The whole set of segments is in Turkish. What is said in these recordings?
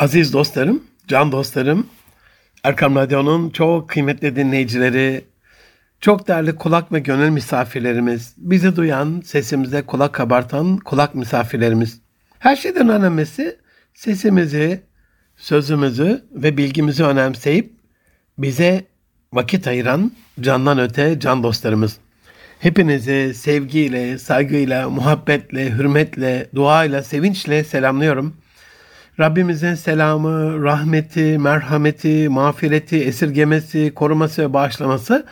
Aziz dostlarım, can dostlarım, Erkam Radyo'nun çok kıymetli dinleyicileri, çok değerli kulak ve gönül misafirlerimiz, bizi duyan, sesimize kulak kabartan kulak misafirlerimiz. Her şeyden önemlisi sesimizi, sözümüzü ve bilgimizi önemseyip bize vakit ayıran candan öte can dostlarımız. Hepinizi sevgiyle, saygıyla, muhabbetle, hürmetle, duayla, sevinçle selamlıyorum. Rabbimizin selamı, rahmeti, merhameti, mağfireti, esirgemesi, koruması ve bağışlaması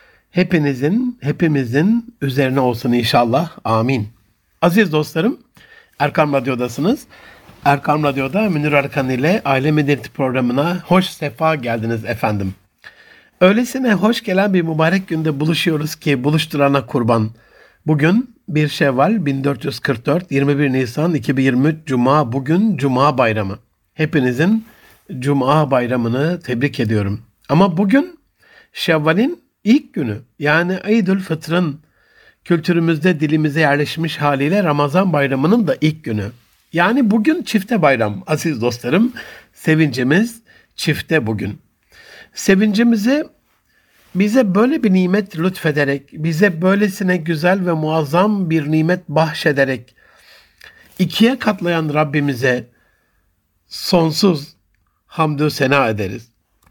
hepimizin üzerine olsun inşallah. Amin. Aziz dostlarım, Erkam Radyo'dasınız. Erkam Radyo'da Münir Arkan ile Aile Medeniyeti programına hoş sefa geldiniz efendim. Öylesine hoş gelen bir mübarek günde buluşuyoruz ki buluşturana kurban. Bugün 1 Şevval 1444, 21 Nisan 2023 Cuma, bugün Cuma bayramı. Hepinizin Cuma bayramını tebrik ediyorum. Ama bugün Şevval'in ilk günü, yani Eidülfıtr'ın kültürümüzde dilimize yerleşmiş haliyle Ramazan bayramının da ilk günü. Yani bugün çifte bayram aziz dostlarım. Sevincimiz çifte bugün. Sevincimizi bize böyle bir nimet lütfederek, bize böylesine güzel ve muazzam bir nimet bahşederek ikiye katlayan Rabbimize sonsuz hamdü sena ederiz.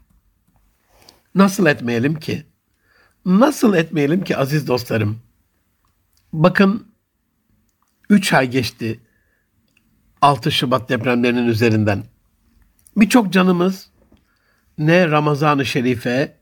Nasıl etmeyelim ki? Nasıl etmeyelim ki aziz dostlarım? Bakın 3 ay geçti 6 Şubat depremlerinin üzerinden. Birçok canımız ne Ramazan-ı Şerif'e,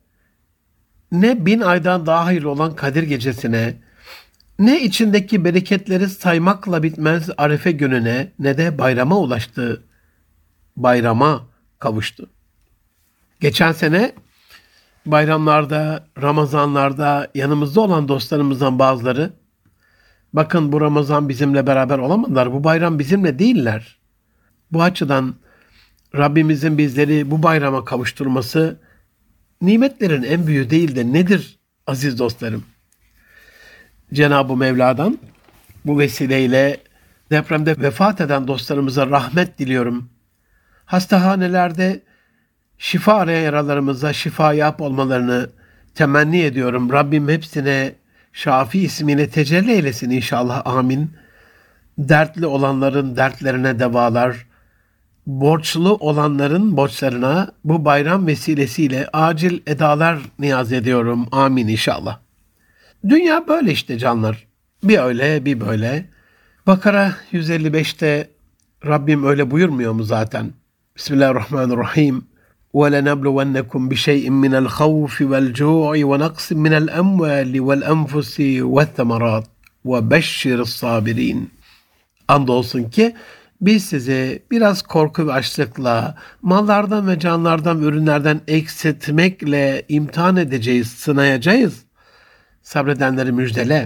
ne 1000 aydan daha hayırlı olan Kadir Gecesi'ne, ne içindeki bereketleri saymakla bitmez Arefe gününe, ne de bayrama ulaştı, bayrama kavuştu. Geçen sene bayramlarda, Ramazanlarda yanımızda olan dostlarımızdan bazıları, bakın bu Ramazan bizimle beraber olamadılar, bu bayram bizimle değiller. Bu açıdan Rabbimizin bizleri bu bayrama kavuşturması, nimetlerin en büyüğü değil de nedir aziz dostlarım? Cenab-ı Mevla'dan bu vesileyle depremde vefat eden dostlarımıza rahmet diliyorum. Hastahanelerde şifa arayan yaralarımıza şifa yap olmalarını temenni ediyorum. Rabbim hepsine Şafi ismiyle tecelli eylesin inşallah. Amin. Dertli olanların dertlerine devalar, borçlu olanların borçlarına bu bayram vesilesiyle acil edalar niyaz ediyorum. Amin inşallah. Dünya böyle işte canlar. Bir öyle bir böyle. Bakara 155'te Rabbim öyle buyurmuyor mu zaten? Bismillahirrahmanirrahim. وَلَنَبْلُوَنَّكُمْ بِشَيْءٍ مِنَ الْخَوْفِ وَالْجُوعِ وَنَقْصٍ مِنَ الْأَمْوَالِ وَالْأَنْفُسِ وَالثَّمَرَاتِ وَبَشِّرِ الصَّابِرِينَ. Andolsun ki biz sizi biraz korku ve açlıkla, mallardan ve canlardan, ürünlerden eksiltmekle imtihan edeceğiz, sınayacağız. Sabredenleri müjdele.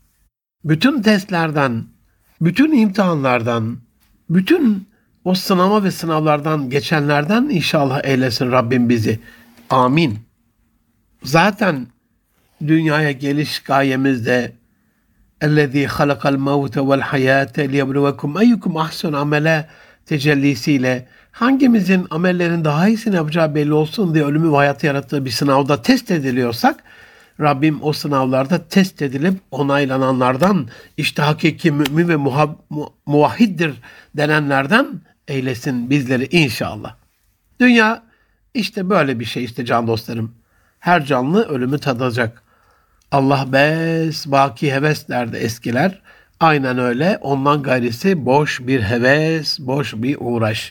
Bütün testlerden, bütün imtihanlardan, bütün o sınama ve sınavlardan geçenlerden inşallah eylesin Rabbim bizi. Amin. Zaten dünyaya geliş gayemizde اَلَّذ۪ي خَلَقَ الْمَوْتَ وَالْحَيَاةَ لِيَبْلُوَكُمْ اَيُّكُمْ اَحْسُنُ عَمَلًا tecellisiyle hangimizin amellerin daha iyisini yapacağı belli olsun diye ölümü ve hayatı yarattığı bir sınavda test ediliyorsak, Rabbim o sınavlarda test edilip onaylananlardan, işte hakiki mümin ve muvahhiddir denenlerden eylesin bizleri inşallah. Dünya işte böyle bir şey işte can dostlarım. Her canlı ölümü tadacak. Allah bes, baki heves derdi eskiler. Aynen öyle. Ondan gayrisi boş bir heves, boş bir uğraş.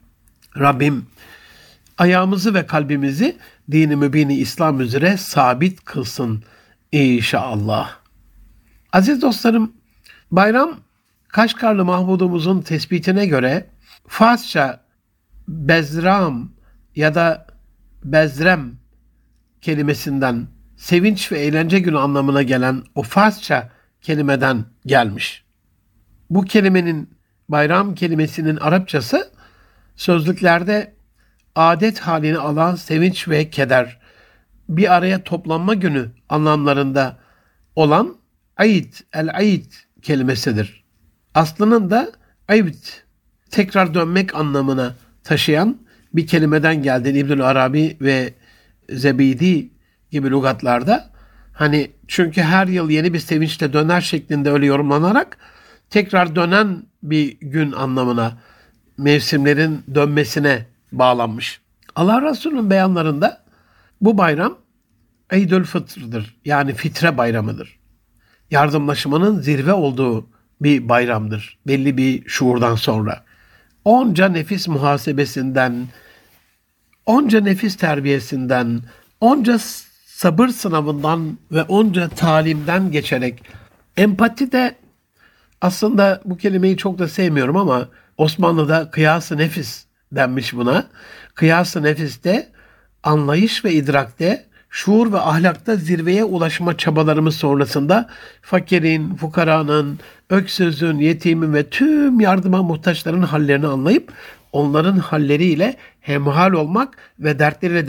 Rabbim ayağımızı ve kalbimizi dini mübini İslam üzere sabit kılsın inşallah. Aziz dostlarım, bayram Kaşgarlı Mahmudumuzun tespitine göre Farsça bezram ya da bezrem kelimesinden sevinç ve eğlence günü anlamına gelen o Farsça kelimeden gelmiş. Bu kelimenin, bayram kelimesinin Arapçası sözlüklerde adet halini alan sevinç ve keder, bir araya toplanma günü anlamlarında olan Eid, el-Eid kelimesidir. Aslının da Eid, tekrar dönmek anlamına taşıyan bir kelimeden geldiğini İbnül Arabi ve Zebidi gibi lügatlarda, hani çünkü her yıl yeni bir sevinçle döner şeklinde öyle yorumlanarak tekrar dönen bir gün anlamına, mevsimlerin dönmesine bağlanmış. Allah Resulü'nün beyanlarında bu bayram Eidülfıtr'dır. Yani fitre bayramıdır. Yardımlaşmanın zirve olduğu bir bayramdır. Belli bir şuurdan sonra. Onca nefis muhasebesinden, onca nefis terbiyesinden, onca sabır sınavından ve onca talimden geçerek, empati de aslında bu kelimeyi çok da sevmiyorum ama Osmanlı'da kıyas-ı nefis denmiş buna. Kıyas-ı nefiste anlayış ve idrakte, şuur ve ahlakta zirveye ulaşma çabalarımız sonrasında fakirin, fukaranın, öksüzün, yetimin ve tüm yardıma muhtaçların hallerini anlayıp onların halleriyle hemhal olmak ve dertleriyle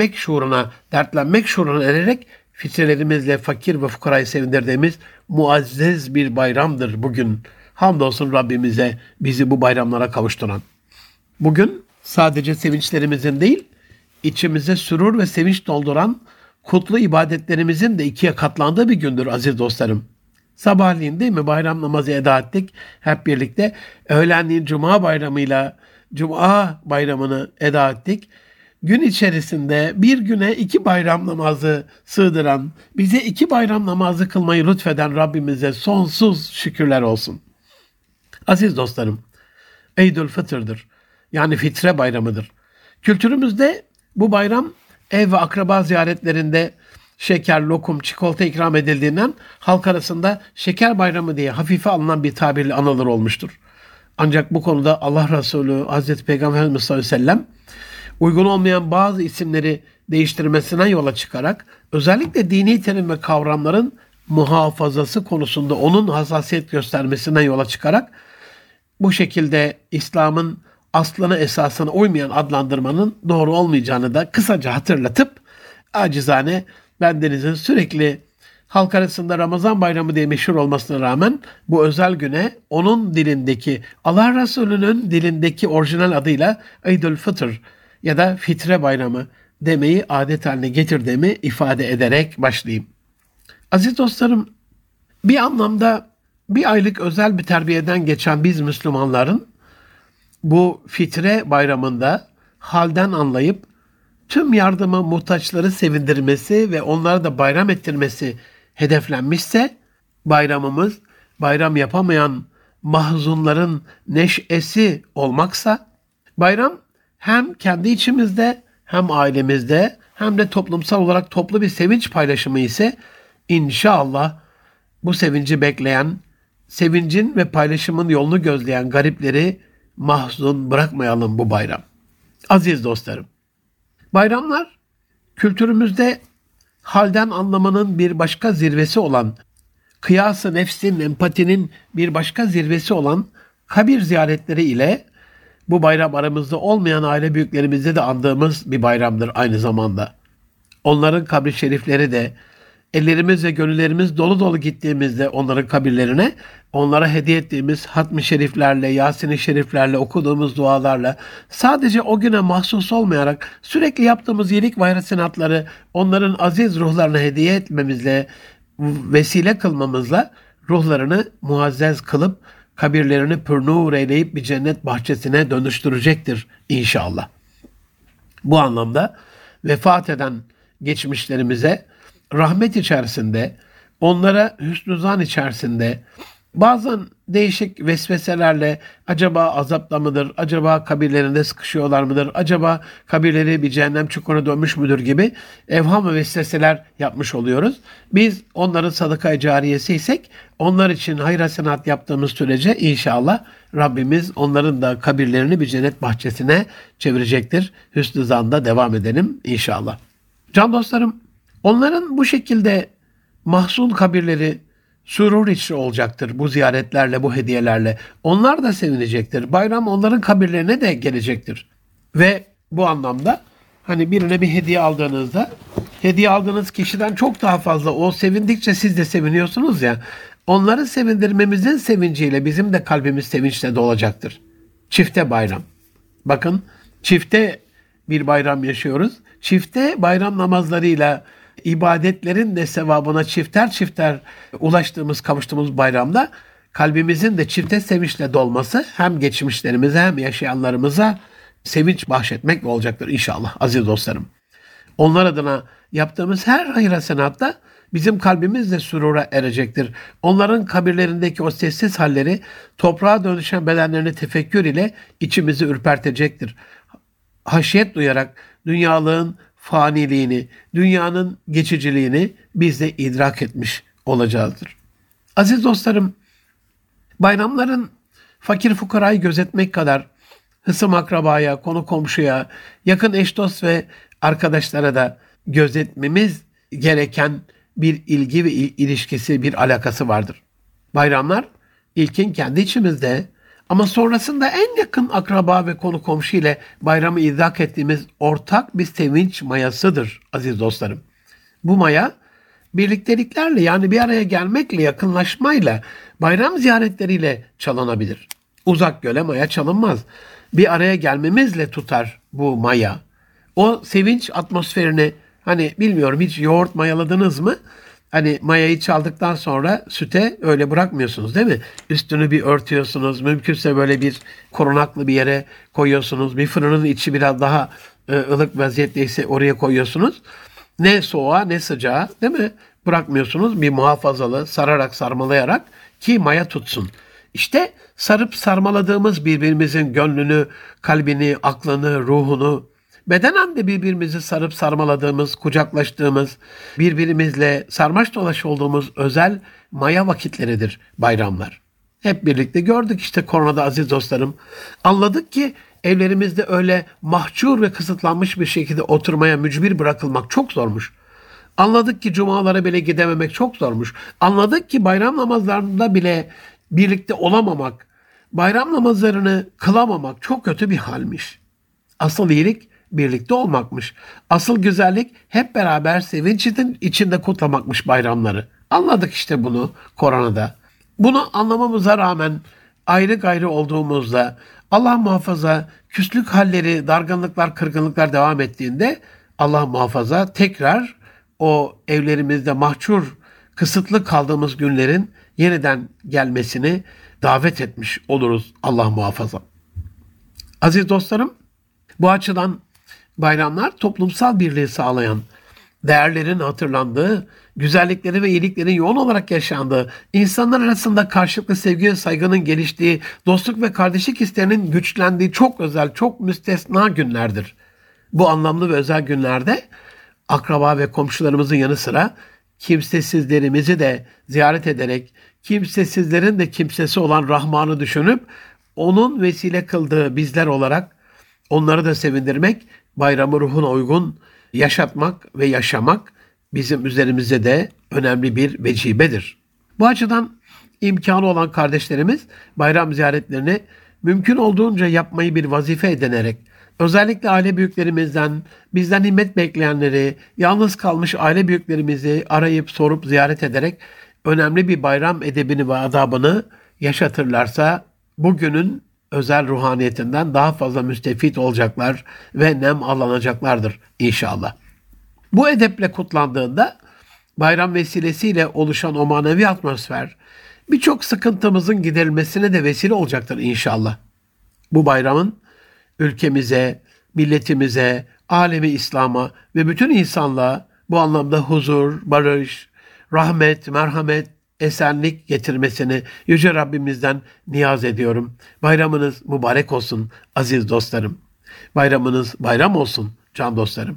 dertlenmek şuuruna ererek fitrelerimizle fakir ve fukarayı sevindirdiğimiz muazzez bir bayramdır bugün. Hamdolsun Rabbimize bizi bu bayramlara kavuşturan. Bugün sadece sevinçlerimizin değil, içimize sürur ve sevinç dolduran kutlu ibadetlerimizin de ikiye katlandığı bir gündür aziz dostlarım. Sabahleyin değil mi bayram namazı eda ettik hep birlikte. Öğlenleyin Cuma bayramıyla Cuma bayramını eda ettik. Gün içerisinde bir güne 2 bayram namazı sığdıran, bize 2 bayram namazı kılmayı lütfeden Rabbimize sonsuz şükürler olsun. Aziz dostlarım, Eidülfıtır'dır. Yani fitre bayramıdır. Kültürümüzde bu bayram ev ve akraba ziyaretlerinde şeker, lokum, çikolata ikram edildiğinden halk arasında şeker bayramı diye hafife alınan bir tabirle anılır olmuştur. Ancak bu konuda Allah Resulü Hazreti Peygamber Efendimiz sallallahu aleyhi ve sellem uygun olmayan bazı isimleri değiştirmesine yola çıkarak özellikle dini terim ve kavramların muhafazası konusunda onun hassasiyet göstermesine yola çıkarak bu şekilde İslam'ın aslına esasına uymayan adlandırmanın doğru olmayacağını da kısaca hatırlatıp acizane bendenizin sürekli halk arasında Ramazan bayramı diye meşhur olmasına rağmen bu özel güne onun dilindeki, Allah Resulü'nün dilindeki orijinal adıyla Eidülfıtır ya da fitre bayramı demeyi adet haline getirdiğimi ifade ederek başlayayım. Aziz dostlarım, bir anlamda bir aylık özel bir terbiyeden geçen biz Müslümanların bu fitre bayramında halden anlayıp tüm yardıma muhtaçları sevindirmesi ve onlara da bayram ettirmesi hedeflenmişse, bayramımız bayram yapamayan mahzunların neşesi olmaksa, bayram hem kendi içimizde hem ailemizde hem de toplumsal olarak toplu bir sevinç paylaşımı ise inşallah bu sevinci bekleyen, sevincin ve paylaşımın yolunu gözleyen garipleri mahzun bırakmayalım bu bayram. Aziz dostlarım, bayramlar kültürümüzde halden anlamanın bir başka zirvesi olan, kıyas-ı nefsin, empatinin bir başka zirvesi olan kabir ziyaretleri ile bu bayram aramızda olmayan aile büyüklerimizde de andığımız bir bayramdır aynı zamanda. Onların kabri şerifleri de ellerimiz ve gönüllerimiz dolu dolu gittiğimizde onların kabirlerine, onlara hediye ettiğimiz hatmi şeriflerle, Yasin-i şeriflerle, okuduğumuz dualarla, sadece o güne mahsus olmayarak sürekli yaptığımız iyilik ve hasenatları onların aziz ruhlarına hediye etmemizle, vesile kılmamızla ruhlarını muazzez kılıp kabirlerini pürnur eyleyip bir cennet bahçesine dönüştürecektir inşallah. Bu anlamda vefat eden geçmişlerimize rahmet içerisinde, onlara hüsnü zan içerisinde, bazen değişik vesveselerle acaba azapta mıdır, acaba kabirlerinde sıkışıyorlar mıdır, acaba kabirleri bir cehennem çukuruna dönmüş müdür gibi evham ve vesveseler yapmış oluyoruz. Biz onların sadaka-i cariyesiysek, onlar için hayır hasenat yaptığımız sürece inşallah Rabbimiz onların da kabirlerini bir cennet bahçesine çevirecektir. Hüsnü zanda devam edelim inşallah. Can dostlarım, onların bu şekilde mahzun kabirleri sürur içri olacaktır bu ziyaretlerle, bu hediyelerle. Onlar da sevinecektir. Bayram onların kabirlerine de gelecektir. Ve bu anlamda hani birine bir hediye aldığınızda, hediye aldığınız kişiden çok daha fazla o sevindikçe siz de seviniyorsunuz ya, onları sevindirmemizin sevinciyle bizim de kalbimiz sevinçle dolacaktır. Çifte bayram. Bakın Çifte bir bayram yaşıyoruz. Çifte bayram namazlarıyla ibadetlerin de sevabına çifter çifter ulaştığımız, kavuştuğumuz bayramda kalbimizin de çifte sevinçle dolması hem geçmişlerimize hem yaşayanlarımıza sevinç bahşetmek olacaktır inşallah aziz dostlarım. Onlar adına yaptığımız her hayır hasenatta bizim kalbimiz de sürura erecektir. Onların kabirlerindeki o sessiz halleri toprağa dönüşen bedenlerini tefekkür ile içimizi ürpertecektir. Haşiyet duyarak dünyalığın faniliğini, dünyanın geçiciliğini biz de idrak etmiş olacağızdır. Aziz dostlarım, bayramların fakir fukarayı gözetmek kadar hısım akrabaya, konu komşuya, yakın eş dost ve arkadaşlara da gözetmemiz gereken bir ilgi ve ilişkisi, bir alakası vardır. Bayramlar ilkin kendi içimizde ama sonrasında en yakın akraba ve konu komşu ile bayramı idrak ettiğimiz ortak bir sevinç mayasıdır aziz dostlarım. Bu maya birlikteliklerle yani bir araya gelmekle, yakınlaşmayla, bayram ziyaretleriyle çalınabilir. Uzak göle maya çalınmaz. Bir araya gelmemizle tutar bu maya. O sevinç atmosferini hani bilmiyorum hiç yoğurt mayaladınız mı? Hani mayayı çaldıktan sonra süte öyle bırakmıyorsunuz değil mi? Üstünü bir örtüyorsunuz. Mümkünse böyle bir korunaklı bir yere koyuyorsunuz. Bir fırının içi biraz daha ılık vaziyetteyse oraya koyuyorsunuz. Ne soğuğa ne sıcağa değil mi? Bırakmıyorsunuz bir muhafazalı sararak sarmalayarak ki maya tutsun. İşte sarıp sarmaladığımız birbirimizin gönlünü, kalbini, aklını, ruhunu, bedenen de birbirimizi sarıp sarmaladığımız, kucaklaştığımız, birbirimizle sarmaş dolaş olduğumuz özel maya vakitleridir bayramlar. Hep birlikte gördük işte koronada aziz dostlarım. Anladık ki evlerimizde öyle mahcur ve kısıtlanmış bir şekilde oturmaya mücbir bırakılmak çok zormuş. Anladık ki cumalara bile gidememek çok zormuş. Anladık ki bayram namazlarında bile birlikte olamamak, bayram namazlarını kılamamak çok kötü bir halmiş. Asıl iyilik birlikte olmakmış. Asıl güzellik hep beraber sevinçin içinde kutlamakmış bayramları. Anladık işte bunu koronada. Bunu anlamamıza rağmen ayrı gayrı olduğumuzda Allah muhafaza küslük halleri, dargınlıklar, kırgınlıklar devam ettiğinde Allah muhafaza tekrar o evlerimizde mahçur, kısıtlı kaldığımız günlerin yeniden gelmesini davet etmiş oluruz Allah muhafaza. Aziz dostlarım, bu açıdan bayramlar toplumsal birliği sağlayan, değerlerin hatırlandığı, güzellikleri ve iyiliklerin yoğun olarak yaşandığı, insanlar arasında karşılıklı sevgi ve saygının geliştiği, dostluk ve kardeşlik hislerinin güçlendiği çok özel, çok müstesna günlerdir. Bu anlamlı ve özel günlerde akraba ve komşularımızın yanı sıra kimsesizlerimizi de ziyaret ederek, kimsesizlerin de kimsesi olan Rahman'ı düşünüp, onun vesile kıldığı bizler olarak onları da sevindirmek, bayramı ruhuna uygun yaşatmak ve yaşamak bizim üzerimizde de önemli bir vecibedir. Bu açıdan imkanı olan kardeşlerimiz bayram ziyaretlerini mümkün olduğunca yapmayı bir vazife edinerek, özellikle aile büyüklerimizden, bizden himmet bekleyenleri, yalnız kalmış aile büyüklerimizi arayıp sorup ziyaret ederek önemli bir bayram edebini ve adabını yaşatırlarsa bugünün özel ruhaniyetinden daha fazla müstefit olacaklar ve nem alınacaklardır inşallah. Bu edeple kutlandığında bayram vesilesiyle oluşan o manevi atmosfer birçok sıkıntımızın giderilmesine de vesile olacaktır inşallah. Bu bayramın ülkemize, milletimize, alemi İslam'a ve bütün insanlığa bu anlamda huzur, barış, rahmet, merhamet, esenlik getirmesini Yüce Rabbimizden niyaz ediyorum. Bayramınız mübarek olsun aziz dostlarım. Bayramınız bayram olsun can dostlarım.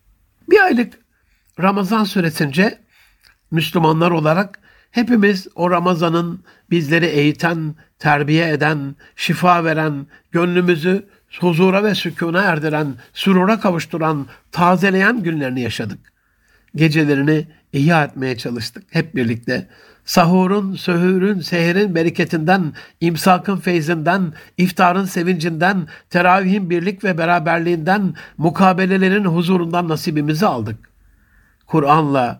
Bir aylık Ramazan süresince Müslümanlar olarak hepimiz o Ramazan'ın bizleri eğiten, terbiye eden, şifa veren, gönlümüzü huzura ve sükûna erdiren, sürura kavuşturan, tazeleyen günlerini yaşadık. Gecelerini ihya etmeye çalıştık hep birlikte. Sahurun, söhürün, seherin bereketinden, imsakın feyzinden, iftarın sevincinden, teravihin birlik ve beraberliğinden, mukabelelerin huzurundan nasibimizi aldık. Kur'an'la,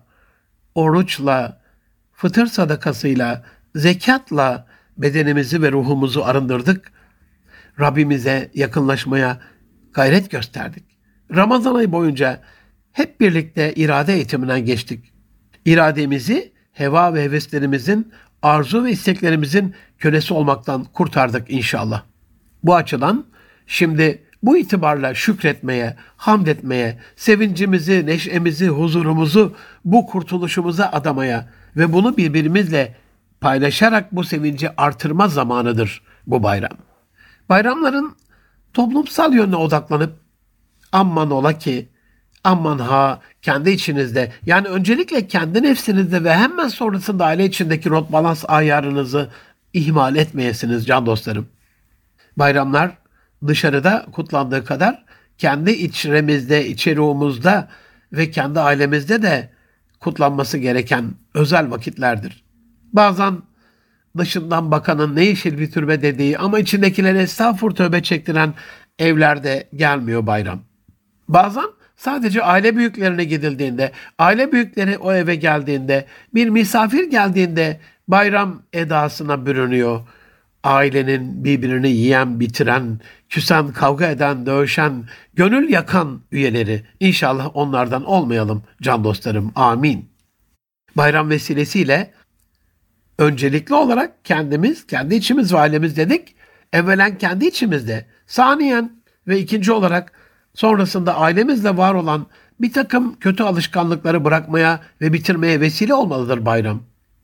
oruçla, fıtır sadakasıyla, zekatla bedenimizi ve ruhumuzu arındırdık. Rabbimize yakınlaşmaya gayret gösterdik. Ramazan ayı boyunca hep birlikte irade eğitiminden geçtik. İrademizi heva ve heveslerimizin, arzu ve isteklerimizin kölesi olmaktan kurtardık inşallah. Bu açıdan şimdi bu itibarla şükretmeye, hamd etmeye, sevincimizi, neşemizi, huzurumuzu bu kurtuluşumuza adamaya ve bunu birbirimizle paylaşarak bu sevinci artırma zamanıdır bu bayram. Bayramların toplumsal yönüne odaklanıp aman ola ki, aman ha kendi içinizde, yani öncelikle kendi nefsinizde ve hemen sonrasında aile içindeki rot balans ayarınızı ihmal etmeyesiniz can dostlarım. Bayramlar dışarıda kutlandığı kadar kendi içremizde, içeriğimizde ve kendi ailemizde de kutlanması gereken özel vakitlerdir. Bazen dışından bakanın ne yeşil bir türbe dediği ama içindekilere estağfur tövbe çektiren evlerde gelmiyor bayram. Bazen sadece aile büyüklerine gidildiğinde, aile büyükleri o eve geldiğinde, bir misafir geldiğinde bayram edasına bürünüyor. Ailenin birbirini yiyen, bitiren, küsen, kavga eden, dövüşen, gönül yakan üyeleri. İnşallah onlardan olmayalım can dostlarım. Amin. Bayram vesilesiyle öncelikli olarak kendimiz, kendi içimiz ve ailemiz dedik. Evvelen kendi içimizde, saniyen ve ikinci olarak sonrasında ailemizle var olan bir takım kötü alışkanlıkları bırakmaya ve bitirmeye vesile olmalıdır bayram.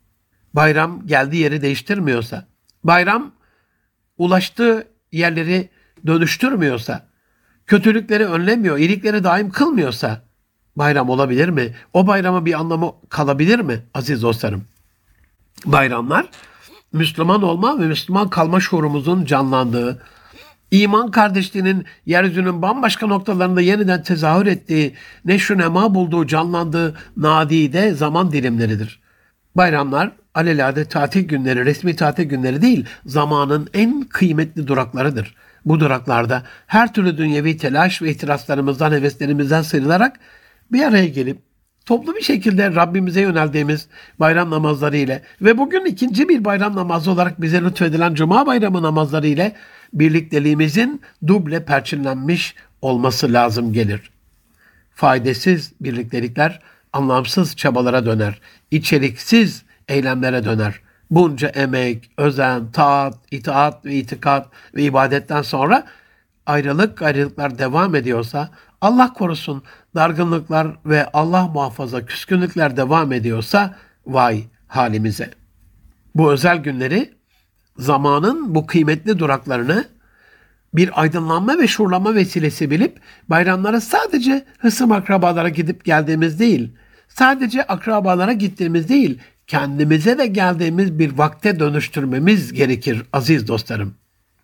Bayram geldiği yeri değiştirmiyorsa, bayram ulaştığı yerleri dönüştürmüyorsa, kötülükleri önlemiyor, iyilikleri daim kılmıyorsa bayram olabilir mi? O bayramın bir anlamı kalabilir mi aziz dostlarım? Bayramlar Müslüman olma ve Müslüman kalma şuurumuzun canlandığı, iman kardeşliğinin yeryüzünün bambaşka noktalarında yeniden tezahür ettiği, neşr-ü nema bulduğu, canlandığı nadide zaman dilimleridir. Bayramlar alelade tatil günleri, resmi tatil günleri değil, zamanın en kıymetli duraklarıdır. Bu duraklarda her türlü dünyevi telaş ve ihtiraslarımızdan, heveslerimizden sıyrılarak bir araya gelip toplu bir şekilde Rabbimize yöneldiğimiz bayram namazları ile ve bugün ikinci bir bayram namazı olarak bize lütfedilen Cuma bayramı namazları ile birlikteliğimizin duble perçinlenmiş olması lazım gelir. Faydasız birliktelikler anlamsız çabalara döner, içeriksiz eylemlere döner. Bunca emek, özen, taat, itaat ve itikat ve ibadetten sonra ayrılıklar devam ediyorsa, Allah korusun dargınlıklar ve Allah muhafaza küskünlükler devam ediyorsa vay halimize. Bu özel günleri, zamanın bu kıymetli duraklarını bir aydınlanma ve şuurlama vesilesi bilip bayramlara sadece hısım akrabalara gidip geldiğimiz değil, sadece akrabalara gittiğimiz değil, kendimize de geldiğimiz bir vakte dönüştürmemiz gerekir aziz dostlarım.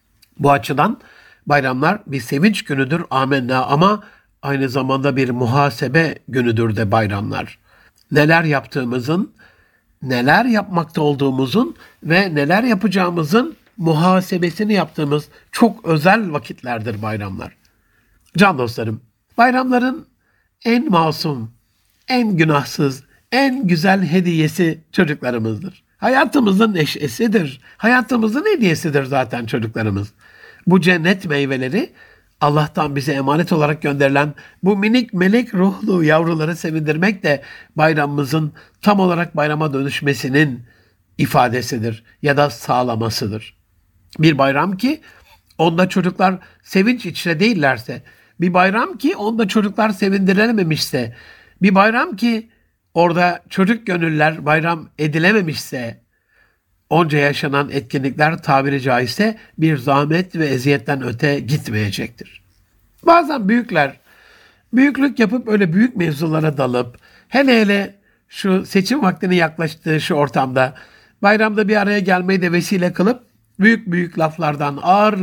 Bu açıdan bayramlar bir sevinç günüdür amenna ama aynı zamanda bir muhasebe günüdür de bayramlar. Neler yaptığımızın, neler yapmakta olduğumuzun ve neler yapacağımızın muhasebesini yaptığımız çok özel vakitlerdir bayramlar. Can dostlarım, bayramların en masum, en günahsız, en güzel hediyesi çocuklarımızdır. Hayatımızın neşesidir. Hayatımızın hediyesidir zaten çocuklarımız. Bu cennet meyveleri Allah'tan bize emanet olarak gönderilen bu minik melek ruhlu yavruları sevindirmek de bayramımızın tam olarak bayrama dönüşmesinin ifadesidir ya da sağlamasıdır. Bir bayram ki onda çocuklar sevinç içre değillerse, bir bayram ki onda çocuklar sevindirilememişse, bir bayram ki orada çocuk gönüller bayram edilememişse, onca yaşanan etkinlikler tabiri caizse bir zahmet ve eziyetten öte gitmeyecektir. Bazen büyükler büyüklük yapıp öyle büyük mevzulara dalıp hele şu seçim vaktinin yaklaştığı şu ortamda bayramda bir araya gelmeyi de vesile kılıp büyük büyük laflardan,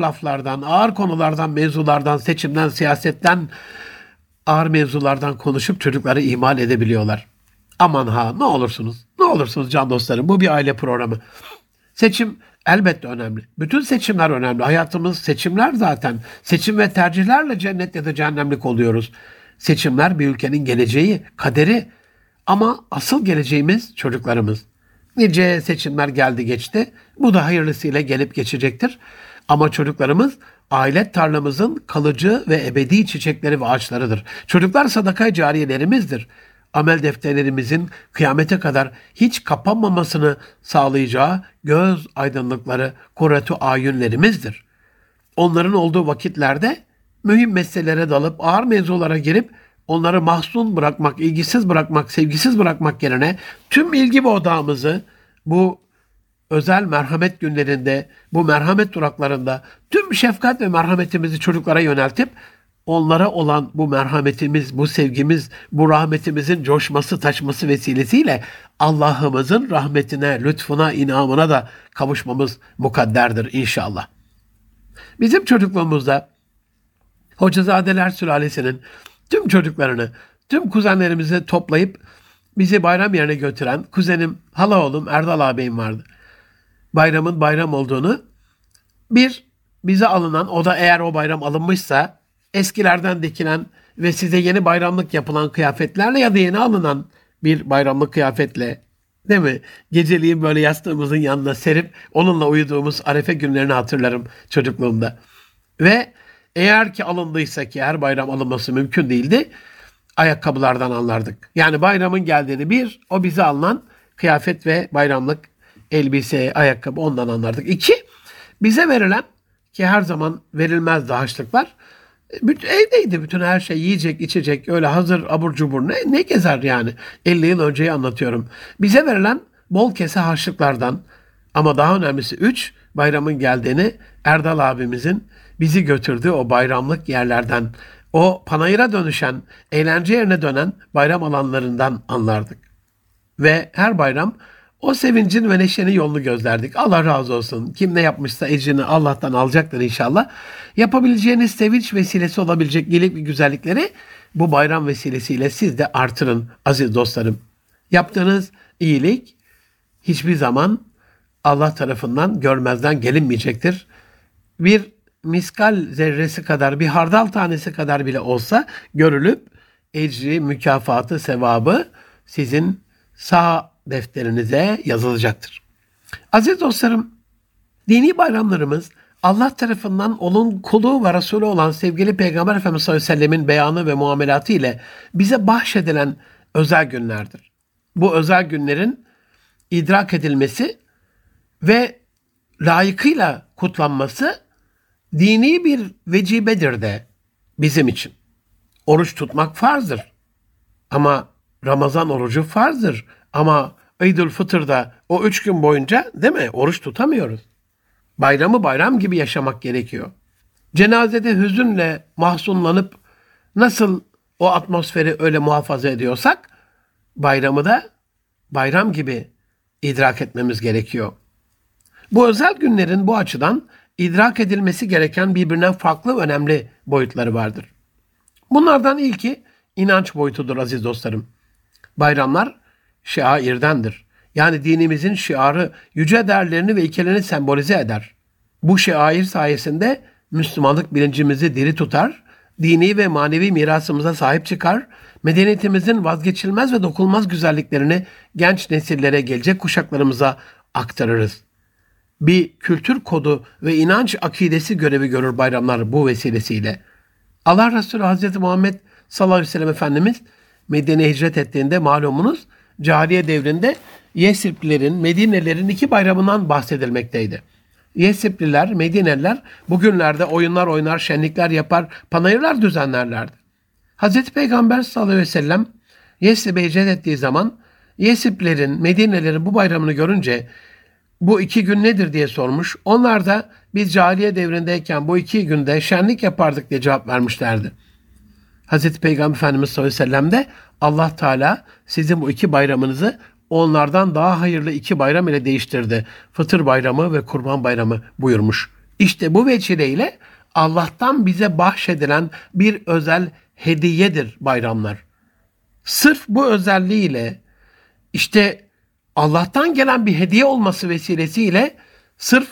ağır konulardan, mevzulardan, seçimden, siyasetten, ağır mevzulardan konuşup çocukları ihmal edebiliyorlar. Aman ha ne olursunuz can dostlarım, bu bir aile programı. Seçim elbette önemli. Bütün seçimler önemli. Hayatımız seçimler zaten. Seçim ve tercihlerle cennet ya da cehennemlik oluyoruz. Seçimler bir ülkenin geleceği, kaderi. Ama asıl geleceğimiz çocuklarımız. Nice seçimler geldi geçti. Bu da hayırlısıyla gelip geçecektir. Ama çocuklarımız aile tarlamızın kalıcı ve ebedi çiçekleri ve ağaçlarıdır. Çocuklar sadaka cariyelerimizdir. Amel defterlerimizin kıyamete kadar hiç kapanmamasını sağlayacağı göz aydınlıkları, kurratu ayünlerimizdir. Onların olduğu vakitlerde mühim meselelere dalıp ağır mevzulara girip onları mahzun bırakmak, ilgisiz bırakmak, sevgisiz bırakmak yerine tüm ilgi ve odağımızı bu özel merhamet günlerinde, bu merhamet duraklarında tüm şefkat ve merhametimizi çocuklara yöneltip onlara olan bu merhametimiz, bu sevgimiz, bu rahmetimizin coşması, taşması vesilesiyle Allah'ımızın rahmetine, lütfuna, inamına da kavuşmamız mukadderdir inşallah. Bizim çocukluğumuzda Hocazadeler sülalesinin tüm çocuklarını, tüm kuzenlerimizi toplayıp bizi bayram yerine götüren kuzenim, hala oğlum Erdal ağabeyim vardı. Bayramın bayram olduğunu, bize alınan, o da eğer o bayram alınmışsa eskilerden dikilen ve size yeni bayramlık yapılan kıyafetlerle ya da yeni alınan bir bayramlık kıyafetle, değil mi? Geceliğin böyle yastığımızın yanına serip onunla uyuduğumuz arefe günlerini hatırlarım çocukluğumda. Ve eğer ki alındıysa, ki her bayram alınması mümkün değildi, ayakkabılardan anlardık. Yani bayramın geldiğini o bize alınan kıyafet ve bayramlık elbise, ayakkabı, ondan anlardık. 2, bize verilen, ki her zaman verilmezdi harçlıklar. Evdeydi bütün her şey, yiyecek, içecek, öyle hazır abur cubur ne gezer yani. 50 yıl önceyi anlatıyorum. Bize verilen bol kese harçlıklardan, ama daha önemlisi 3, bayramın geldiğini Erdal abimizin bizi götürdüğü o bayramlık yerlerden, o panayıra dönüşen, eğlence yerine dönen bayram alanlarından anlardık. Ve her bayram o sevincin ve neşenin yolunu gözlerdik. Allah razı olsun. Kim ne yapmışsa ecrini Allah'tan alacaktır inşallah. Yapabileceğiniz sevinç vesilesi olabilecek iyilik ve güzellikleri bu bayram vesilesiyle siz de artırın aziz dostlarım. Yaptığınız iyilik hiçbir zaman Allah tarafından görmezden gelinmeyecektir. Bir miskal zerresi kadar, bir hardal tanesi kadar bile olsa görülüp ecri, mükafatı, sevabı sizin sağ defterinize yazılacaktır. Aziz dostlarım, dini bayramlarımız Allah tarafından onun kulu ve Resulü olan sevgili Peygamber Efendimiz sallallahu aleyhi ve sellemin beyanı ve muamelatı ile bize bahşedilen özel günlerdir. Bu özel günlerin idrak edilmesi ve layıkıyla kutlanması dini bir vecibedir de bizim için. Oruç tutmak farzdır. Ama Ramazan orucu farzdır. Ama İdül-Fıtır'da o 3 gün boyunca, değil mi, oruç tutamıyoruz. Bayramı bayram gibi yaşamak gerekiyor. Cenazede hüzünle mahzunlanıp nasıl o atmosferi öyle muhafaza ediyorsak, bayramı da bayram gibi idrak etmemiz gerekiyor. Bu özel günlerin bu açıdan idrak edilmesi gereken birbirinden farklı önemli boyutları vardır. Bunlardan ilki inanç boyutudur aziz dostlarım. Bayramlar şairdendir. Yani dinimizin şiarı yüce değerlerini ve ilkelerini sembolize eder. Bu şair sayesinde Müslümanlık bilincimizi diri tutar, dini ve manevi mirasımıza sahip çıkar, medeniyetimizin vazgeçilmez ve dokunulmaz güzelliklerini genç nesillere, gelecek kuşaklarımıza aktarırız. Bir kültür kodu ve inanç akidesi görevi görür bayramlar bu vesilesiyle. Allah Resulü Hazreti Muhammed sallallahu aleyhi ve sellem Efendimiz Medine'ye hicret ettiğinde malumunuz cahiliye devrinde Yesriplilerin, Medinelilerin 2 bayramından bahsedilmekteydi. Yesripliler, Medineliler bugünlerde oyunlar oynar, şenlikler yapar, panayırlar düzenlerlerdi. Hazreti Peygamber sallallahu aleyhi ve sellem Yesrib'e hicret ettiği zaman Yesriplilerin, Medinelilerin bu bayramını görünce bu 2 gün nedir diye sormuş. Onlar da biz cahiliye devrindeyken bu 2 günde şenlik yapardık diye cevap vermişlerdi. Hazreti Peygamber Efendimiz sallallahu aleyhi ve sellem de Allah Teala sizin bu 2 bayramınızı onlardan daha hayırlı 2 bayram ile değiştirdi. Fıtır bayramı ve kurban bayramı buyurmuş. İşte bu vesileyle Allah'tan bize bahşedilen bir özel hediyedir bayramlar. Sırf bu özelliğiyle, işte Allah'tan gelen bir hediye olması vesilesiyle sırf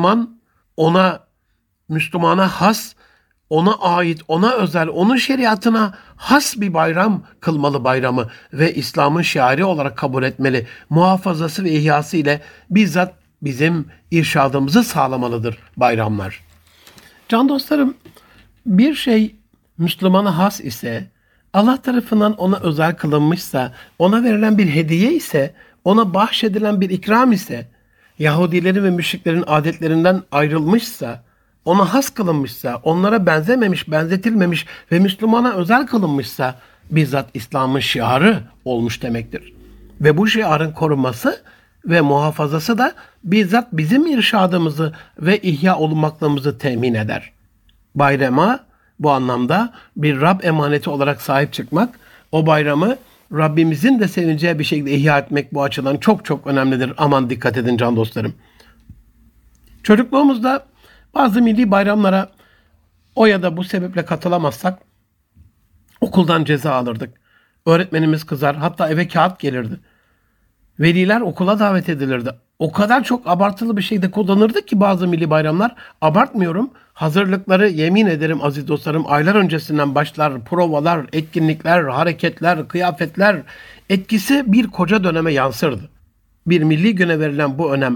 Müslümana has, ona ait, ona özel, onun şeriatına has bir bayram kılmalı bayramı ve İslam'ın şiari olarak kabul etmeli. Muhafazası ve ihyası ile bizzat bizim irşadımızı sağlamalıdır bayramlar. Can dostlarım, bir şey Müslümana has ise, Allah tarafından ona özel kılınmışsa, ona verilen bir hediye ise, ona bahşedilen bir ikram ise, Yahudilerin ve müşriklerin adetlerinden ayrılmışsa, ona has kılınmışsa, onlara benzememiş, benzetilmemiş ve Müslümana özel kılınmışsa, bizzat İslam'ın şiarı olmuş demektir. Ve bu şiarın korunması ve muhafazası da bizzat bizim irşadımızı ve ihya olunmaklığımızı temin eder. Bayrama bu anlamda bir Rab emaneti olarak sahip çıkmak, o bayramı Rabbimizin de sevineceği bir şekilde ihya etmek bu açıdan çok çok önemlidir. Aman dikkat edin can dostlarım. Çocukluğumuzda bazı milli bayramlara o ya da bu sebeple katılamazsak okuldan ceza alırdık. Öğretmenimiz kızar, hatta eve kağıt gelirdi. Veliler okula davet edilirdi. O kadar çok abartılı bir şeyde kullanırdık ki bazı milli bayramlar. Abartmıyorum. Hazırlıkları yemin ederim aziz dostlarım aylar öncesinden başlar. Provalar, etkinlikler, hareketler, kıyafetler etkisi bir koca döneme yansırdı. Bir milli güne verilen bu önem,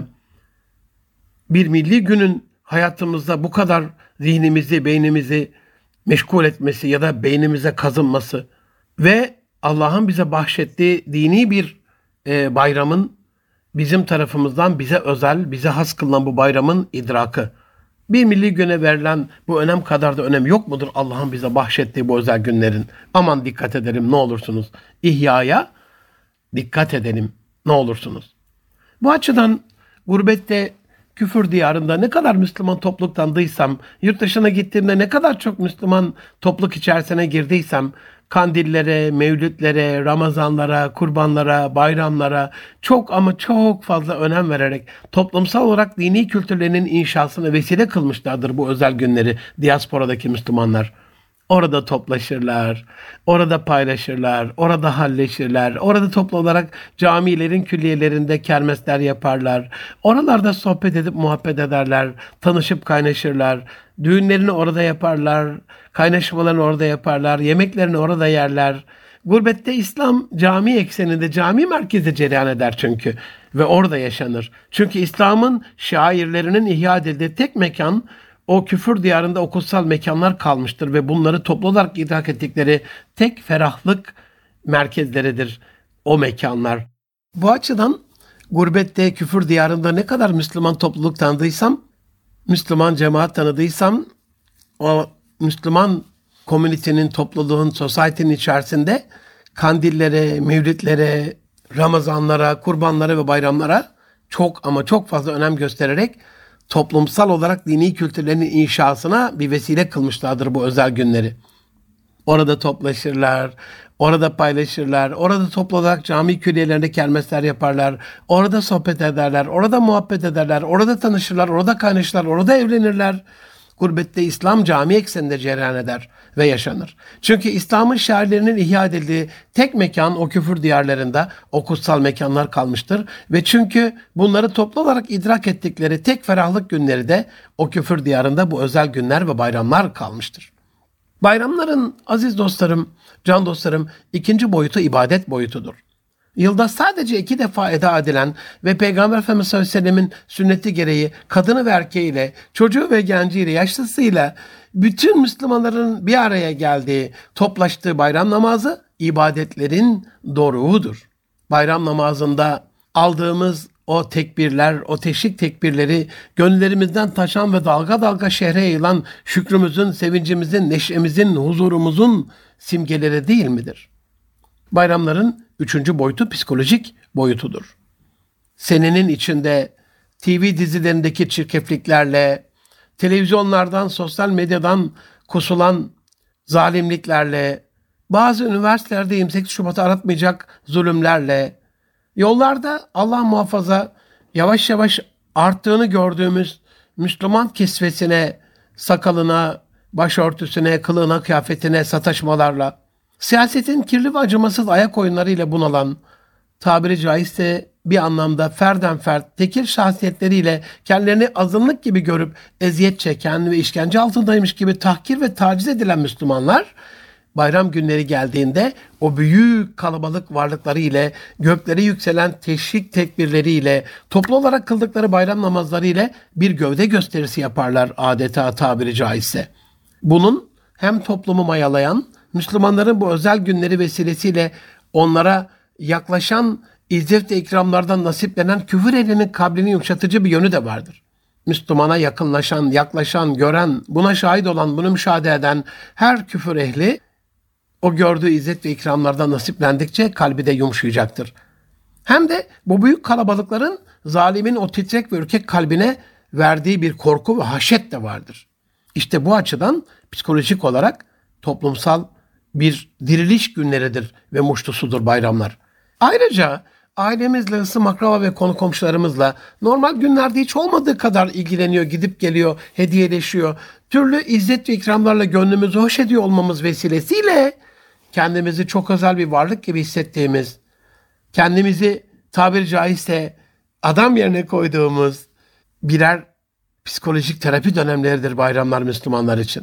bir milli günün hayatımızda bu kadar zihnimizi, beynimizi meşgul etmesi ya da beynimize kazınması ve Allah'ın bize bahşettiği dini bir bayramın bizim tarafımızdan bize özel, bize has kılınan bu bayramın idrakı. Bir milli güne verilen bu önem kadar da önem yok mudur Allah'ın bize bahşettiği bu özel günlerin? Aman dikkat edelim ne olursunuz. İhyaya dikkat edelim ne olursunuz. Bu açıdan gurbette, küfür diyarında ne kadar Müslüman topluluktandıysam, yurt dışına gittiğimde ne kadar çok Müslüman topluluk içerisine girdiysem, kandillere, mevlütlere, Ramazanlara, kurbanlara, bayramlara çok ama çok fazla önem vererek toplumsal olarak dini kültürlerinin inşasına vesile kılmışlardır bu özel günleri diasporadaki Müslümanlar. Orada toplaşırlar, orada paylaşırlar, orada halleşirler, orada toplu olarak camilerin külliyelerinde kermesler yaparlar. Oralarda sohbet edip muhabbet ederler, tanışıp kaynaşırlar, düğünlerini orada yaparlar, kaynaşmalarını orada yaparlar, yemeklerini orada yerler. Gurbette İslam cami ekseninde, cami merkezde cereyan eder çünkü ve orada yaşanır. Çünkü İslam'ın şairlerinin ihya edildiği tek mekan, o küfür diyarında o kutsal mekanlar kalmıştır ve bunları toplu olarak idrak ettikleri tek ferahlık merkezleridir o mekanlar. Bu açıdan gurbette, küfür diyarında ne kadar Müslüman topluluk tanıdıysam, Müslüman cemaat tanıdıysam, o Müslüman komünitenin, topluluğun, society'nin içerisinde kandillere, mevlitlere, Ramazanlara, kurbanlara ve bayramlara çok ama çok fazla önem göstererek toplumsal olarak dini kültürlerin inşasına bir vesile kılmışlardır bu özel günleri. Orada toplaşırlar, orada paylaşırlar, orada toplu olarak cami külliyelerinde kermesler yaparlar, orada sohbet ederler, orada muhabbet ederler, orada tanışırlar, orada kaynaşırlar, orada evlenirler. Gurbette İslam cami ekseninde cereyan eder ve yaşanır. Çünkü İslam'ın şairlerinin ihya edildiği tek mekan o küfür diyarlarında o kutsal mekanlar kalmıştır. Ve çünkü bunları toplu olarak idrak ettikleri tek ferahlık günleri de o küfür diyarında bu özel günler ve bayramlar kalmıştır. Bayramların aziz dostlarım, can dostlarım ikinci boyutu ibadet boyutudur. Yılda sadece 2 defa eda edilen ve Peygamber Efendimiz sallallahu aleyhi ve sellemin sünneti gereği kadını ve erkeğiyle, çocuğu ve genciyle, yaşlısıyla bütün Müslümanların bir araya geldiği, toplaştığı bayram namazı ibadetlerin doruğudur. Bayram namazında aldığımız o tekbirler, o teşrik tekbirleri gönüllerimizden taşan ve dalga dalga şehre yayılan şükrümüzün, sevincimizin, neşemizin, huzurumuzun simgeleri değil midir? Bayramların üçüncü boyutu psikolojik boyutudur. Senenin içinde TV dizilerindeki çirkefliklerle, televizyonlardan, sosyal medyadan kusulan zalimliklerle, bazı üniversitelerde 28 Şubat'ı aratmayacak zulümlerle, yollarda Allah muhafaza yavaş yavaş arttığını gördüğümüz Müslüman kisvesine, sakalına, başörtüsüne, kılığına, kıyafetine sataşmalarla, siyasetin kirli ve acımasız ayak oyunlarıyla bunalan, tabiri caizse bir anlamda ferden fert, tekil şahsiyetleriyle kendilerini azınlık gibi görüp eziyet çeken ve işkence altındaymış gibi tahkir ve taciz edilen Müslümanlar, bayram günleri geldiğinde o büyük kalabalık varlıkları ile, göklere yükselen teşvik tekbirleriyle, toplu olarak kıldıkları bayram namazları ile bir gövde gösterisi yaparlar adeta tabiri caizse. Bunun hem toplumu mayalayan, Müslümanların bu özel günleri vesilesiyle onlara yaklaşan izzet ve ikramlardan nasiplenen küfür ehlinin kalbini yumuşatıcı bir yönü de vardır. Müslümana yaklaşan, gören, buna şahit olan, bunu müşahede eden her küfür ehli o gördüğü izzet ve ikramlardan nasiplendikçe kalbi de yumuşayacaktır. Hem de bu büyük kalabalıkların zalimin o titrek ve ürkek kalbine verdiği bir korku ve haşet de vardır. İşte bu açıdan psikolojik olarak toplumsal bir diriliş günleridir ve muştusudur bayramlar. Ayrıca ailemizle, ısım akraba ve konu komşularımızla normal günlerde hiç olmadığı kadar ilgileniyor, gidip geliyor, hediyeleşiyor. Türlü izzet ve ikramlarla gönlümüzü hoş ediyor olmamız vesilesiyle kendimizi çok özel bir varlık gibi hissettiğimiz, kendimizi tabiri caizse adam yerine koyduğumuz birer psikolojik terapi dönemleridir bayramlar Müslümanlar için.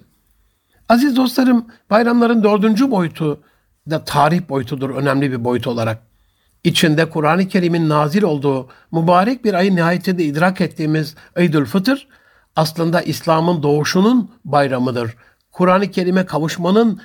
Aziz dostlarım, bayramların dördüncü boyutu da tarih boyutudur, önemli bir boyut olarak. İçinde Kur'an-ı Kerim'in nazil olduğu mübarek bir ayı nihayetinde idrak ettiğimiz Eidülfıtır, aslında İslam'ın doğuşunun bayramıdır. Kur'an-ı Kerim'e kavuşmanın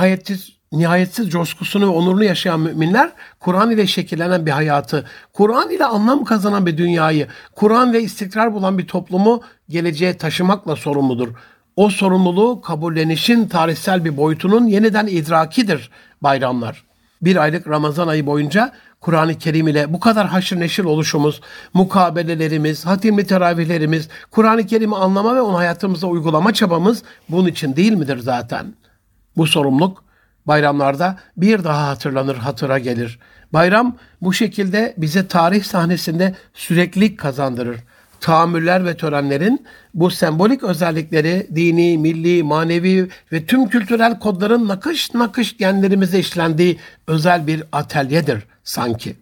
nihayetsiz coşkusunu ve onurunu yaşayan müminler, Kur'an ile şekillenen bir hayatı, Kur'an ile anlam kazanan bir dünyayı, Kur'an ve istikrar bulan bir toplumu geleceğe taşımakla sorumludur. O sorumluluğu kabullenişin tarihsel bir boyutunun yeniden idrakidir bayramlar. Bir aylık Ramazan ayı boyunca Kur'an-ı Kerim ile bu kadar haşır neşir oluşumuz, mukabelelerimiz, hatimli teravihlerimiz, Kur'an-ı Kerim'i anlama ve onu hayatımıza uygulama çabamız bunun için değil midir zaten? Bu sorumluluk bayramlarda bir daha hatırlanır, hatıra gelir. Bayram bu şekilde bize tarih sahnesinde süreklilik kazandırır. Tahammüller ve törenlerin bu sembolik özellikleri dini, milli, manevi ve tüm kültürel kodların nakış nakış genlerimize işlendiği özel bir atölyedir sanki.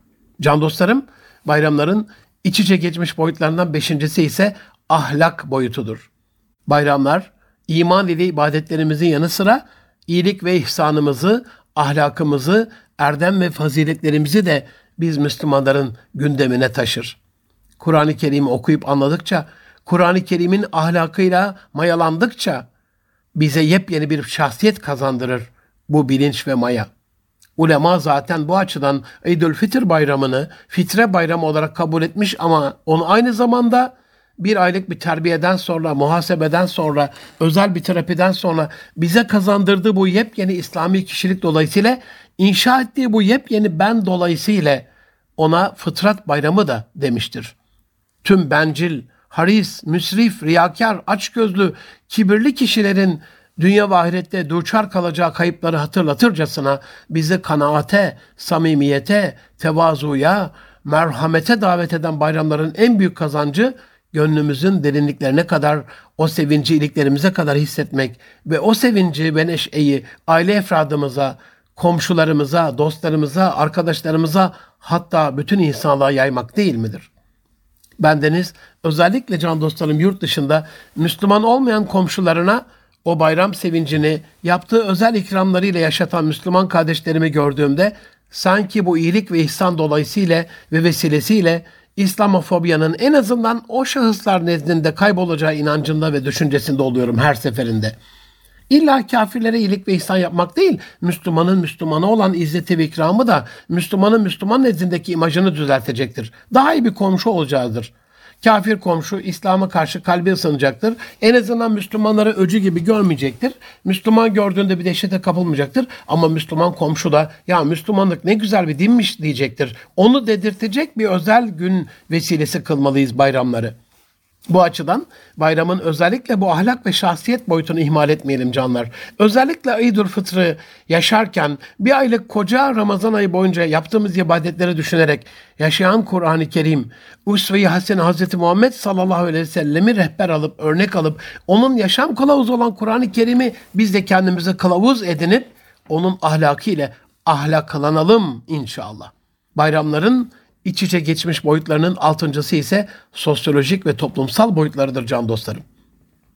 Can dostlarım, bayramların iç içe geçmiş boyutlarından beşincisi ise ahlak boyutudur. Bayramlar, iman ile ibadetlerimizin yanı sıra iyilik ve ihsanımızı, ahlakımızı, erdem ve faziletlerimizi de biz Müslümanların gündemine taşır. Kur'an-ı Kerim'i okuyup anladıkça, Kur'an-ı Kerim'in ahlakıyla mayalandıkça bize yepyeni bir şahsiyet kazandırır bu bilinç ve maya. Ulema zaten bu açıdan Eidülfitr bayramını fitre bayramı olarak kabul etmiş ama onu aynı zamanda bir aylık bir terbiyeden sonra, muhasebeden sonra, özel bir terapiden sonra bize kazandırdığı bu yepyeni İslami kişilik dolayısıyla inşa ettiği bu yepyeni ben dolayısıyla ona fıtrat bayramı da demiştir. Tüm bencil, haris, müsrif, riyakar, açgözlü, kibirli kişilerin dünya ve ahirette duçar kalacağı kayıpları hatırlatırcasına bizi kanaate, samimiyete, tevazuya, merhamete davet eden bayramların en büyük kazancı gönlümüzün derinliklerine kadar, o sevinci iliklerimize kadar hissetmek ve o sevinci ve neşeyi aile efradımıza, komşularımıza, dostlarımıza, arkadaşlarımıza hatta bütün insanlığa yaymak değil midir? Bendeniz özellikle can dostlarım yurt dışında Müslüman olmayan komşularına o bayram sevincini yaptığı özel ikramlarıyla yaşatan Müslüman kardeşlerimi gördüğümde sanki bu iyilik ve ihsan dolayısıyla ve vesilesiyle İslamofobyanın en azından o şahıslar nezdinde kaybolacağı inancında ve düşüncesinde oluyorum her seferinde. İlla kafirlere iyilik ve ihsan yapmak değil, Müslümanın Müslümana olan izzeti ve ikramı da Müslümanın Müslüman nezdindeki imajını düzeltecektir. Daha iyi bir komşu olacağıdır. Kafir komşu İslam'a karşı kalbi ısınacaktır. En azından Müslümanları öcü gibi görmeyecektir. Müslüman gördüğünde bir dehşete kapılmayacaktır. Ama Müslüman komşu da ya Müslümanlık ne güzel bir dinmiş diyecektir. Onu dedirtecek bir özel gün vesilesi kılmalıyız bayramları. Bu açıdan bayramın özellikle bu ahlak ve şahsiyet boyutunu ihmal etmeyelim canlar. Özellikle Eidülfıtr'ı yaşarken bir aylık koca Ramazan ayı boyunca yaptığımız ibadetleri düşünerek yaşayan Kur'an-ı Kerim, Usve-i Hasene Hz. Muhammed sallallahu aleyhi ve sellemi rehber alıp, örnek alıp, onun yaşam kılavuzu olan Kur'an-ı Kerim'i biz de kendimize kılavuz edinip, onun ahlakıyla ahlaklanalım inşallah. Bayramların İç içe geçmiş boyutlarının altıncısı ise sosyolojik ve toplumsal boyutlarıdır can dostlarım.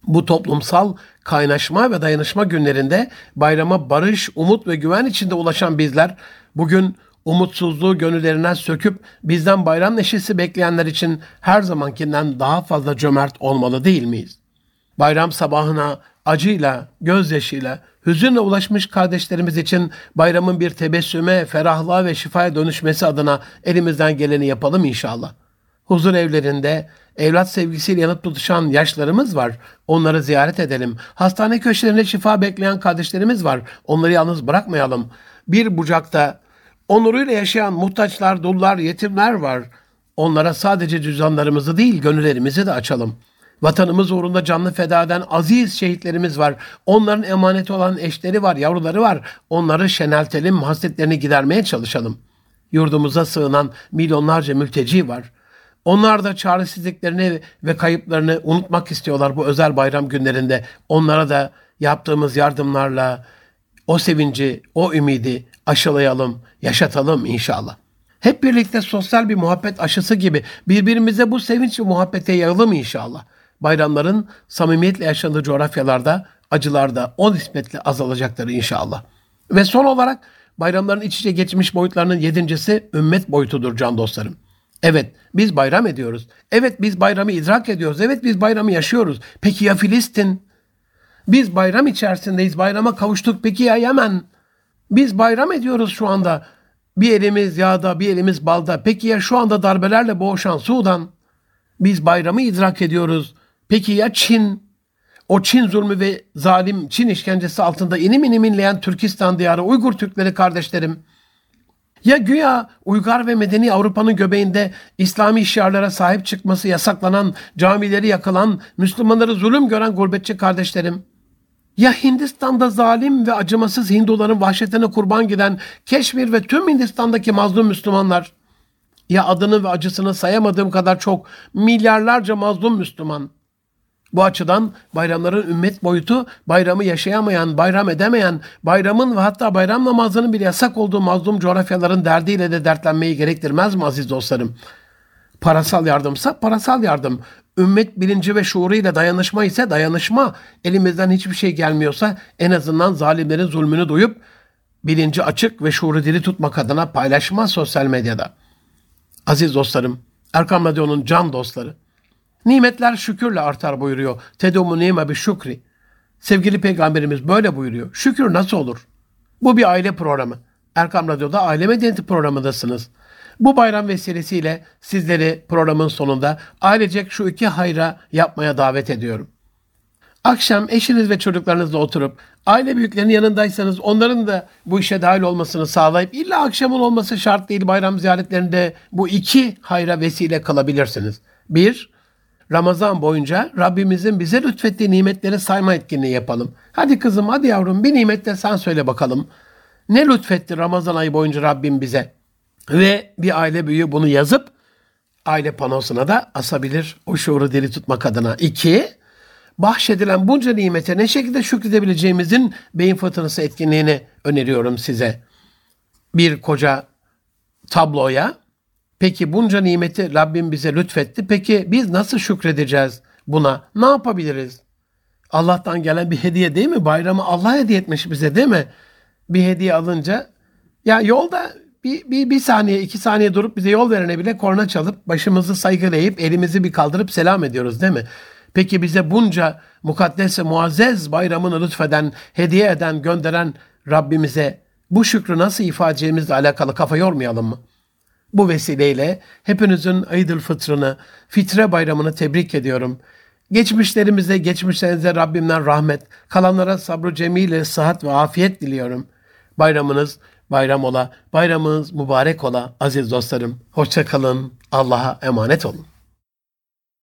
Bu toplumsal kaynaşma ve dayanışma günlerinde bayrama barış, umut ve güven içinde ulaşan bizler bugün umutsuzluğu gönüllerinden söküp bizden bayram neşesi bekleyenler için her zamankinden daha fazla cömert olmalı değil miyiz? Bayram sabahına acıyla, gözyaşıyla, hüzünle ulaşmış kardeşlerimiz için bayramın bir tebessüme, ferahlığa ve şifaya dönüşmesi adına elimizden geleni yapalım inşallah. Huzur evlerinde evlat sevgisiyle yanıp tutuşan yaşlarımız var. Onları ziyaret edelim. Hastane köşelerinde şifa bekleyen kardeşlerimiz var. Onları yalnız bırakmayalım. Bir bucakta onuruyla yaşayan muhtaçlar, dullar, yetimler var. Onlara sadece cüzdanlarımızı değil, gönüllerimizi de açalım. Vatanımız uğrunda canlı feda eden aziz şehitlerimiz var. Onların emaneti olan eşleri var, yavruları var. Onları şeneltelim, hasretlerini gidermeye çalışalım. Yurdumuza sığınan milyonlarca mülteci var. Onlar da çaresizliklerini ve kayıplarını unutmak istiyorlar bu özel bayram günlerinde. Onlara da yaptığımız yardımlarla o sevinci, o ümidi aşılayalım, yaşatalım inşallah. Hep birlikte sosyal bir muhabbet aşısı gibi birbirimize bu sevinç ve muhabbete yayalım inşallah. Bayramların samimiyetle yaşandığı coğrafyalarda acılar da o nispetle azalacakları inşallah. Ve son olarak bayramların iç içe geçmiş boyutlarının yedincisi ümmet boyutudur can dostlarım. Evet biz bayram ediyoruz. Evet biz bayramı idrak ediyoruz. Evet biz bayramı yaşıyoruz. Peki ya Filistin? Biz bayram içerisindeyiz. Bayrama kavuştuk. Peki ya Yemen? Biz bayram ediyoruz şu anda. Bir elimiz yağda, bir elimiz balda. Peki ya şu anda darbelerle boğuşan Sudan? Biz bayramı idrak ediyoruz. Peki ya Çin? O Çin zulmü ve zalim Çin işkencesi altında inim inim inleyen Türkistan diyarı Uygur Türkleri kardeşlerim. Ya güya uygar ve medeni Avrupa'nın göbeğinde İslami şiarlara sahip çıkması yasaklanan, camileri yakılan, Müslümanları zulüm gören gurbetçi kardeşlerim. Ya Hindistan'da zalim ve acımasız Hinduların vahşetine kurban giden Keşmir ve tüm Hindistan'daki mazlum Müslümanlar. Ya adını ve acısını sayamadığım kadar çok milyarlarca mazlum Müslüman. Bu açıdan bayramların ümmet boyutu bayramı yaşayamayan, bayram edemeyen, bayramın ve hatta bayram namazının bile yasak olduğu mazlum coğrafyaların derdiyle de dertlenmeyi gerektirmez mi aziz dostlarım? Parasal yardımsa parasal yardım, ümmet bilinci ve şuuruyla dayanışma ise dayanışma, elimizden hiçbir şey gelmiyorsa en azından zalimlerin zulmünü duyup bilinci açık ve şuuru diri tutmak adına paylaşma sosyal medyada. Aziz dostlarım, Erkam Radyo'nun can dostları, nimetler şükürle artar buyuruyor. Tedumu nime bi şükri. Sevgili Peygamberimiz böyle buyuruyor. Şükür nasıl olur? Bu bir aile programı. Erkam Radyo'da Aile Medeniyeti programındasınız. Bu bayram vesilesiyle sizleri programın sonunda ailecek şu iki hayra yapmaya davet ediyorum. Akşam eşiniz ve çocuklarınızla oturup aile büyüklerinin yanındaysanız onların da bu işe dahil olmasını sağlayıp illa akşamın olması şart değil, bayram ziyaretlerinde bu iki hayra vesile kalabilirsiniz. 1. Ramazan boyunca Rabbimizin bize lütfettiği nimetleri sayma etkinliği yapalım. Hadi kızım, hadi yavrum, bir nimet de sen söyle bakalım. Ne lütfetti Ramazan ayı boyunca Rabbim bize? Ve bir aile büyüğü bunu yazıp aile panosuna da asabilir o şuuru diri tutmak adına. 2. Bahşedilen bunca nimete ne şekilde şükredebileceğimizin beyin fırtınası etkinliğini öneriyorum size. Bir koca tabloya, peki bunca nimeti Rabbim bize lütfetti. Peki biz nasıl şükredeceğiz buna? Ne yapabiliriz? Allah'tan gelen bir hediye değil mi? Bayramı Allah hediye etmiş bize değil mi? Bir hediye alınca ya yolda bir saniye, 2 saniye durup bize yol verene bile korna çalıp başımızı saygıyla eğip elimizi bir kaldırıp selam ediyoruz değil mi? Peki bize bunca mukaddes ve muazzez bayramını lütfeden, hediye eden, gönderen Rabbimize bu şükrü nasıl ifade edeceğimizle alakalı kafa yormayalım mı? Bu vesileyle hepinizin Eid-ül Fıtrını, Fitre Bayramını tebrik ediyorum. Geçmişlerinize Rabbimden rahmet, kalanlara sabrı cemile, sıhhat ve afiyet diliyorum. Bayramınız bayram ola, bayramınız mübarek ola aziz dostlarım. Hoşça kalın, Allah'a emanet olun.